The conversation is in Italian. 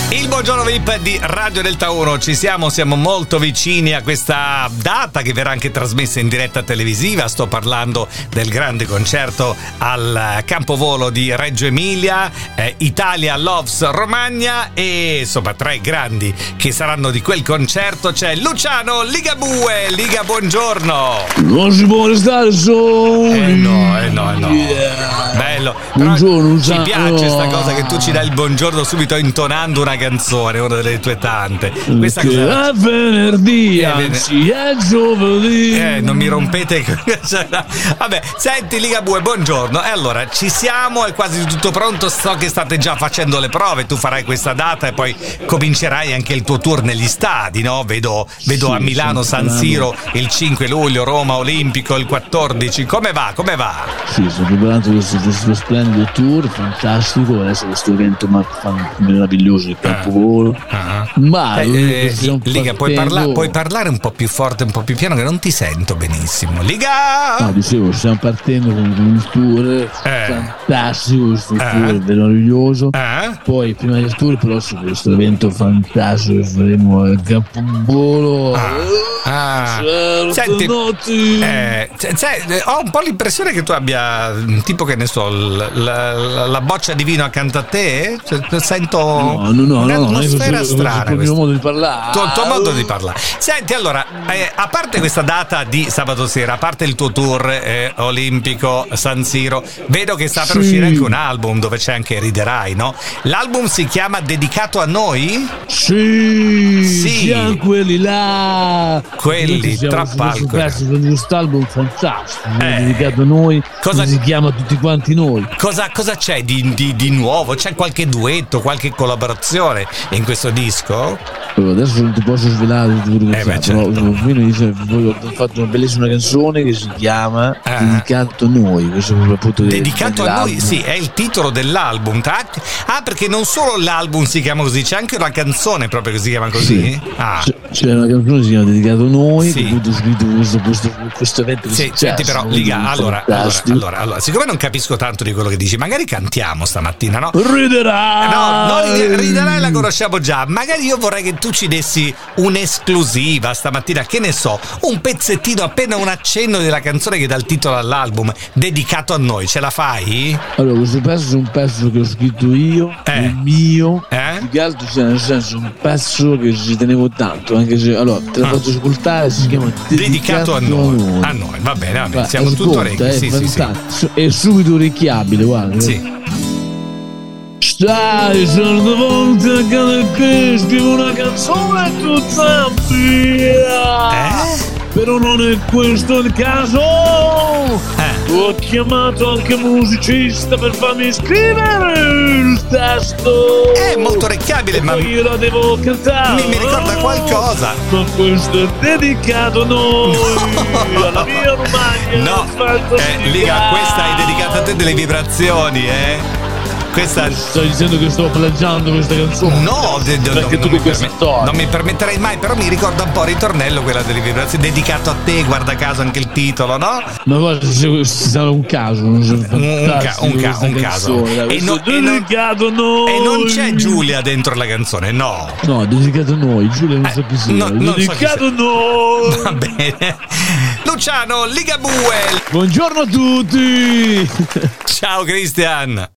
Il Buongiorno VIP di Radio Delta 1, siamo molto vicini a questa data che verrà anche trasmessa in diretta televisiva. Sto parlando del grande concerto al Campovolo di Reggio Emilia, Italia Loves Romagna, e insomma tra i grandi che saranno di quel concerto c'è Luciano Ligabue. Liga, buongiorno. Non si può restare soli. No. Yeah. Bello. Buongiorno, ci piace sta cosa che tu ci dai il buongiorno subito intonando una canzone, una delle tue tante. Questa cosa è venerdì, anzi è giovedì. Non mi rompete. Vabbè, senti Ligabue, buongiorno. E allora ci siamo, è quasi tutto pronto. So che state già facendo le prove. Tu farai questa data e poi comincerai anche il tuo tour negli stadi, no? Vedo Sì, a Milano San Siro il 5 luglio, Roma Olimpico il 14. Come va? Sì, sto preparando questo splendido tour, fantastico. Adesso questo evento meraviglioso del Campovolo. Ma Liga, puoi parlare un po' più forte, un po' più piano, che non ti sento benissimo. Liga! No, dicevo, stiamo partendo con il tour fantastico, questo tour meraviglioso. Poi prima del tour però c'è questo evento fantastico che faremo al Campovolo. Senti, ho un po' l'impressione che tu abbia, tipo, che ne so, la boccia di vino accanto a te. Sento un'atmosfera strana. Il mio modo di parlare. Il tuo modo di parlare. Senti, allora, a parte questa data di sabato sera, a parte il tuo tour Olimpico San Siro, vedo che sta per uscire anche un album dove c'è anche Riderai, no? L'album si chiama Dedicato a noi? Sì, quelli là. Quelli tra palco. Questo album fantastico, dedicato a noi. Cosa si chiama tutti quanti noi? Cosa c'è di nuovo? C'è qualche duetto, qualche collaborazione in questo disco? Adesso non ti posso svelare però ho fatto una bellissima canzone che si chiama Dedicato a noi. Questo è appunto Dedicato a noi, sì, è il titolo dell'album. Perché non solo l'album si chiama così, c'è anche una canzone proprio che si chiama così? Sì. C'è una canzone che si chiama Dedicato a noi, che appunto ho scritto questo evento che senti, però Liga, allora, siccome non capisco tanto di quello che dici, magari cantiamo stamattina, no? Riderai la conosciamo già. Magari io vorrei che tu ci dessi un'esclusiva stamattina, che ne so, un pezzettino, appena un accenno della canzone che dà il titolo all'album, Dedicato a noi. Ce la fai? Allora, questo pezzo è un pezzo che ho scritto io, è mio, più che altro, cioè, nel senso, un pezzo che ci tenevo tanto, anche se, allora, te la faccio ascoltare, si chiama Dedicato a noi. A noi, va bene, siamo tutto orecchi. Sì. È subito orecchiabile, guarda. Sì. Stai certe volte a casa che scrivo una canzone tutta mia. Però non è questo il caso. Ho chiamato anche musicista per farmi scrivere il testo. È molto orecchiabile, ma io la devo cantare. Mi ricorda qualcosa. Ma questo è dedicato a noi, alla mia Romagna. Liga, questa è dedicata a te, delle vibrazioni, Stai dicendo che sto plagiando questa canzone? No, non mi permetterei mai, però mi ricorda un po' il ritornello, quella delle vibrazioni, dedicato a te, guarda caso anche il titolo, no? Ma guarda, se sarà un caso, un caso. E non c'è Giulia dentro la canzone, no? No, dedicato a noi, Giulia non so chi sia. Dedicato a noi. Va bene. Luciano Ligabue. Buongiorno a tutti. Ciao Christian.